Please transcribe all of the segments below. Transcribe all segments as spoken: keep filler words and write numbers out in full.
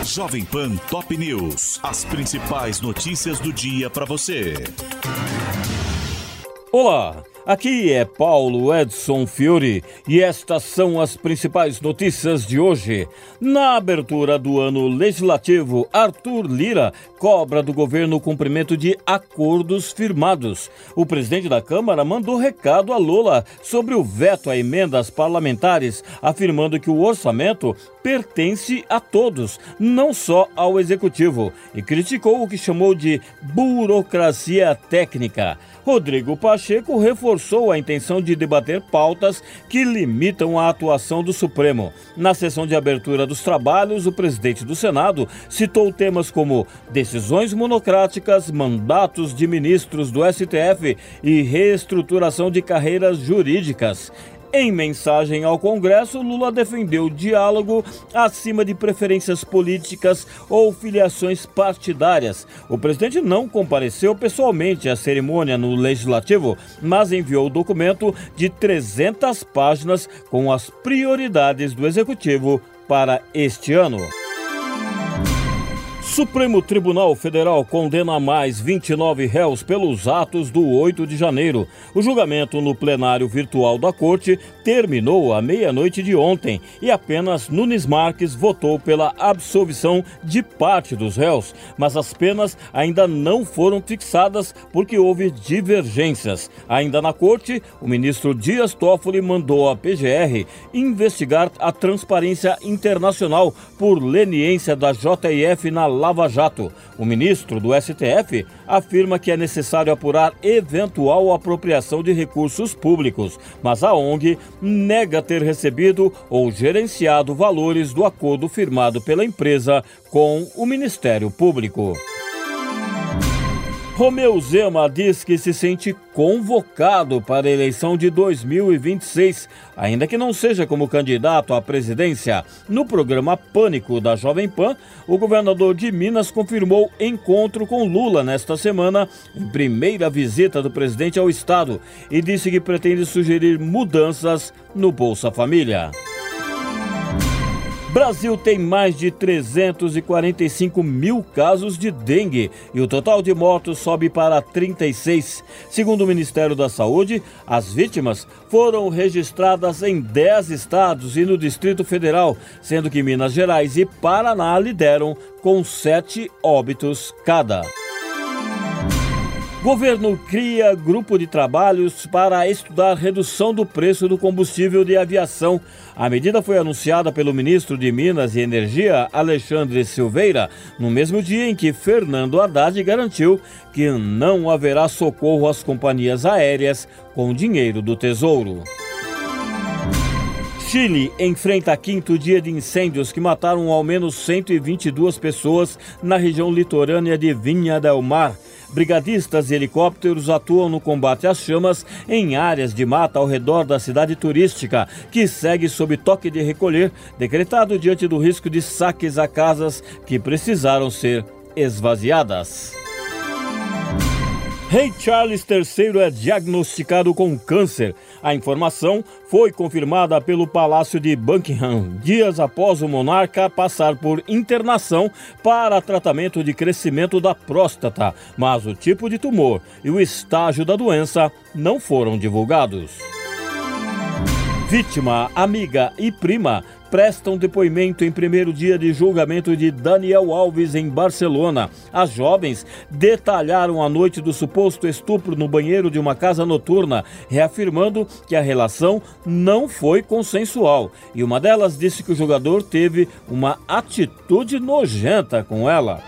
Jovem Pan Top News. As principais notícias do dia para você. Olá, aqui é Paulo Edson Fiore e estas são as principais notícias de hoje. Na abertura do ano legislativo, Arthur Lira cobra do governo o cumprimento de acordos firmados. O presidente da Câmara mandou recado a Lula sobre o veto a emendas parlamentares, afirmando que o orçamento pertence a todos, não só ao executivo, e criticou o que chamou de burocracia técnica. Rodrigo Pacheco reforçou a intenção de debater pautas que limitam a atuação do Supremo. Na sessão de abertura dos trabalhos, o presidente do Senado citou temas como decisões monocráticas, mandatos de ministros do S T F e reestruturação de carreiras jurídicas. Em mensagem ao Congresso, Lula defendeu diálogo acima de preferências políticas ou filiações partidárias. O presidente não compareceu pessoalmente à cerimônia no Legislativo, mas enviou o documento de trezentas páginas com as prioridades do Executivo para este ano. Supremo Tribunal Federal condena mais vinte e nove réus pelos atos do oito de janeiro. O julgamento no plenário virtual da Corte terminou à meia-noite de ontem e apenas Nunes Marques votou pela absolvição de parte dos réus, mas as penas ainda não foram fixadas porque houve divergências. Ainda na Corte, o ministro Dias Toffoli mandou à P G R investigar a Transparência Internacional por leniência da J F na Lava Jato. O ministro do S T F afirma que é necessário apurar eventual apropriação de recursos públicos, mas a O N G nega ter recebido ou gerenciado valores do acordo firmado pela empresa com o Ministério Público. Romeu Zema diz que se sente convocado para a eleição de dois mil e vinte e seis, ainda que não seja como candidato à presidência. No programa Pânico da Jovem Pan, o governador de Minas confirmou encontro com Lula nesta semana, em primeira visita do presidente ao estado, e disse que pretende sugerir mudanças no Bolsa Família. Brasil tem mais de trezentos e quarenta e cinco mil casos de dengue e o total de mortos sobe para trinta e seis. Segundo o Ministério da Saúde, as vítimas foram registradas em dez estados e no Distrito Federal, sendo que Minas Gerais e Paraná lideram com sete óbitos cada. Governo cria grupo de trabalhos para estudar redução do preço do combustível de aviação. A medida foi anunciada pelo ministro de Minas e Energia, Alexandre Silveira, no mesmo dia em que Fernando Haddad garantiu que não haverá socorro às companhias aéreas com dinheiro do Tesouro. Chile enfrenta quinto dia de incêndios que mataram ao menos cento e vinte e duas pessoas na região litorânea de Viña del Mar. Brigadistas e helicópteros atuam no combate às chamas em áreas de mata ao redor da cidade turística, que segue sob toque de recolher, decretado diante do risco de saques a casas que precisaram ser esvaziadas. Rei Charles terceiro é diagnosticado com câncer. A informação foi confirmada pelo Palácio de Buckingham, dias após o monarca passar por internação para tratamento de crescimento da próstata, mas o tipo de tumor e o estágio da doença não foram divulgados. Vítima, amiga e prima prestam depoimento em primeiro dia de julgamento de Daniel Alves em Barcelona. As jovens detalharam a noite do suposto estupro no banheiro de uma casa noturna, reafirmando que a relação não foi consensual. E uma delas disse que o jogador teve uma atitude nojenta com ela.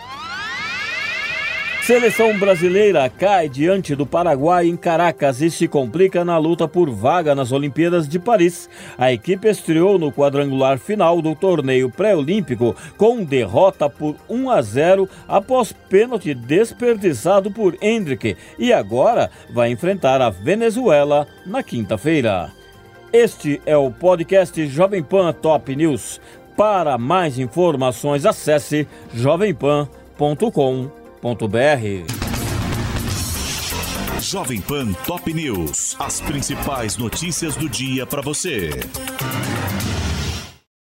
Seleção brasileira cai diante do Paraguai em Caracas e se complica na luta por vaga nas Olimpíadas de Paris. A equipe estreou no quadrangular final do torneio pré-olímpico com derrota por um a zero após pênalti desperdiçado por Hendrick e agora vai enfrentar a Venezuela na quinta-feira. Este é o podcast Jovem Pan Top News. Para mais informações, acesse jovem pan ponto com ponto b r. Jovem Pan Top News. As principais notícias do dia para você.